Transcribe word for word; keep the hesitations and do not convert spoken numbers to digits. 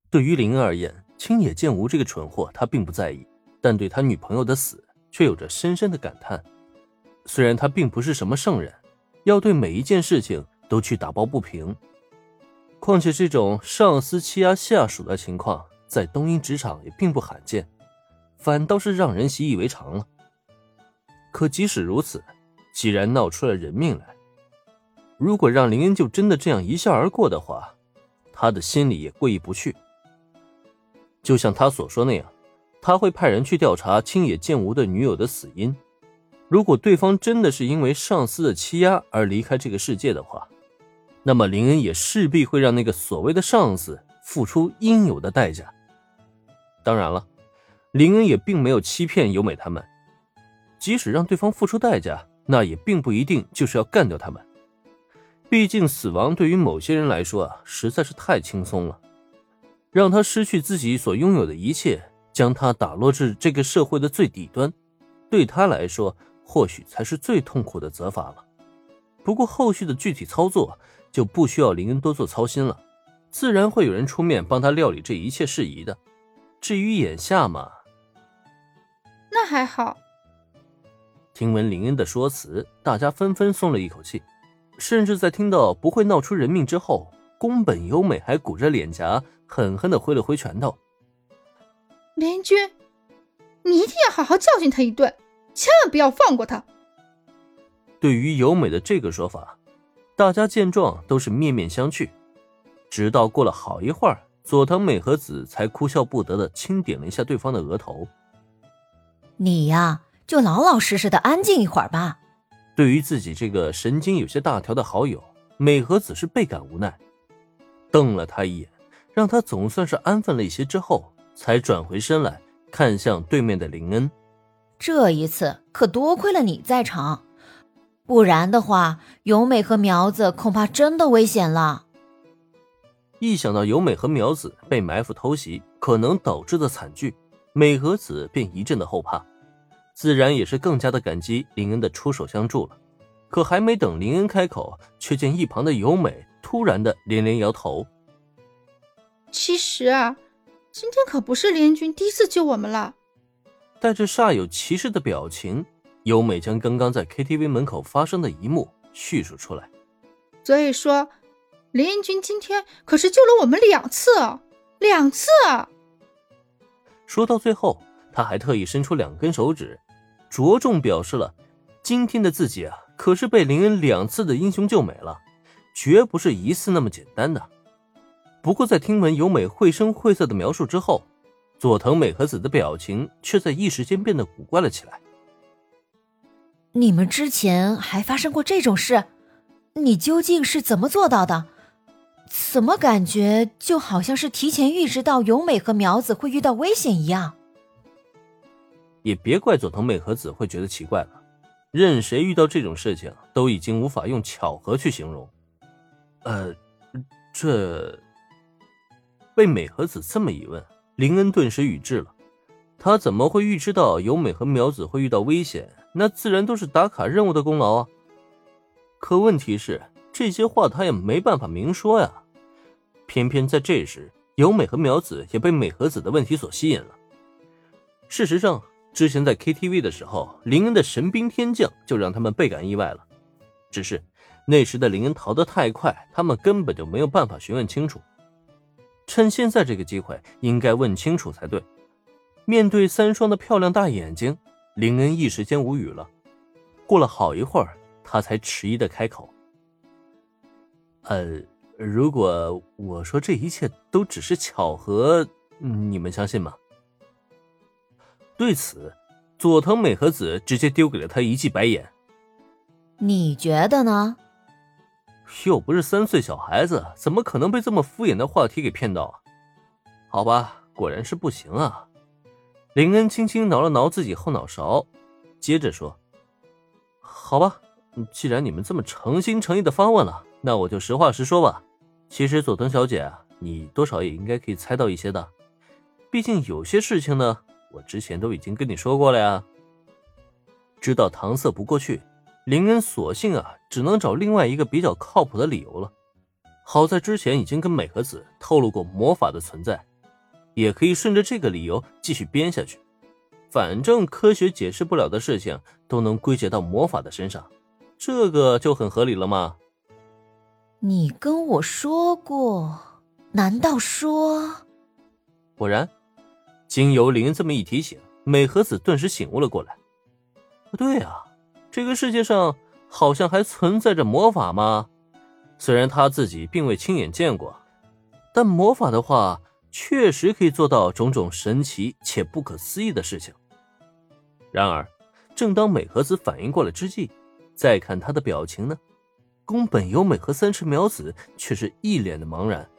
对于林恩而言，青野剑无这个蠢货他并不在意，但对他女朋友的死却有着深深的感叹。虽然他并不是什么圣人，要对每一件事情都去打抱不平，况且这种上司欺压下属的情况在东瀛职场也并不罕见，反倒是让人习以为常了。可即使如此，既然闹出了人命来，如果让林恩就真的这样一笑而过的话，他的心里也过意不去。就像他所说那样，他会派人去调查青野剑无的女友的死因。如果对方真的是因为上司的欺压而离开这个世界的话，那么林恩也势必会让那个所谓的上司付出应有的代价。当然了，林恩也并没有欺骗由美他们，即使让对方付出代价，那也并不一定就是要干掉他们。毕竟死亡对于某些人来说啊，实在是太轻松了。让他失去自己所拥有的一切，将他打落至这个社会的最底端，对他来说或许才是最痛苦的责罚了。不过后续的具体操作就不需要林恩多做操心了，自然会有人出面帮他料理这一切事宜的。至于眼下嘛， 那还好。 听闻林恩的说辞，大家纷纷松了一口气，甚至在听到不会闹出人命之后，宫本优美还鼓着脸颊狠狠地挥了挥拳头。 联军，你一定要好好教训他一顿，千万不要放过他。 对于优美的这个说法，大家见状都是面面相觑，直到过了好一会儿，佐藤美和子才哭笑不得地轻点了一下对方的额头。 你呀，就老老实实的安静一会儿吧。 对于自己这个神经有些大条的好友，美和子是倍感无奈，瞪了他一眼，让他总算是安分了一些之后，才转回身来看向对面的林恩。 这一次可多亏了你在场，不然的话，由美和苗子恐怕真的危险了。 一想到由美和苗子被埋伏偷袭可能导致的惨剧，美和子便一阵的后怕，自然也是更加的感激林恩的出手相助了。可还没等林恩开口，却见一旁的由美突然的连连摇头。 其实啊，今天可不是联军第一次救我们了。 带着煞有其事的表情，由美将刚刚在 K T V 门口发生的一幕叙述出来。 所以说，联军今天可是救了我们两次，两次啊！ 说到最后，他还特意伸出两根手指，着重表示了今天的自己啊，可是被林恩两次的英雄救美了，绝不是一次那么简单的。不过在听闻由美绘声绘色的描述之后，佐藤美和子的表情却在一时间变得古怪了起来。 你们之前还发生过这种事？你究竟是怎么做到的？怎么感觉就好像是提前预知到由美和苗子会遇到危险一样？ 也别怪佐藤美和子会觉得奇怪了，任谁遇到这种事情都已经无法用巧合去形容。呃，这被美和子这么一问，林恩顿时语滞了。他怎么会预知到由美和苗子会遇到危险？那自然都是打卡任务的功劳啊。可问题是，这些话他也没办法明说呀。偏偏在这时，由美和苗子也被美和子的问题所吸引了。事实上，之前在 K T V 的时候，林恩的神兵天降就让他们倍感意外了。只是那时的林恩逃得太快，他们根本就没有办法询问清楚。趁现在这个机会，应该问清楚才对。面对三双的漂亮大眼睛，林恩一时间无语了。过了好一会儿，他才迟疑地开口：呃，如果我说这一切都只是巧合，你们相信吗？对此，佐藤美和子直接丢给了他一记白眼。 你觉得呢？ 又不是三岁小孩子，怎么可能被这么敷衍的话题给骗到啊？好吧，果然是不行啊。林恩轻轻挠了挠自己后脑勺，接着说：好吧，既然你们这么诚心诚意的发问了，那我就实话实说吧。其实佐藤小姐啊，你多少也应该可以猜到一些的。毕竟有些事情呢，我之前都已经跟你说过了呀。知道搪塞不过去，林恩索性啊，只能找另外一个比较靠谱的理由了。好在之前已经跟美和子透露过魔法的存在， 也可以顺着这个理由继续编下去。反正科学解释不了的事情都能归结到魔法的身上，这个就很合理了吗？ 你跟我说过，难道说…… 果然，经由林这么一提醒，美和子顿时醒悟了过来。不对啊，这个世界上好像还存在着魔法吗？虽然他自己并未亲眼见过，但魔法的话确实可以做到种种神奇且不可思议的事情。然而正当美和子反应过来之际，再看他的表情呢，宫本由美和三池苗子却是一脸的茫然。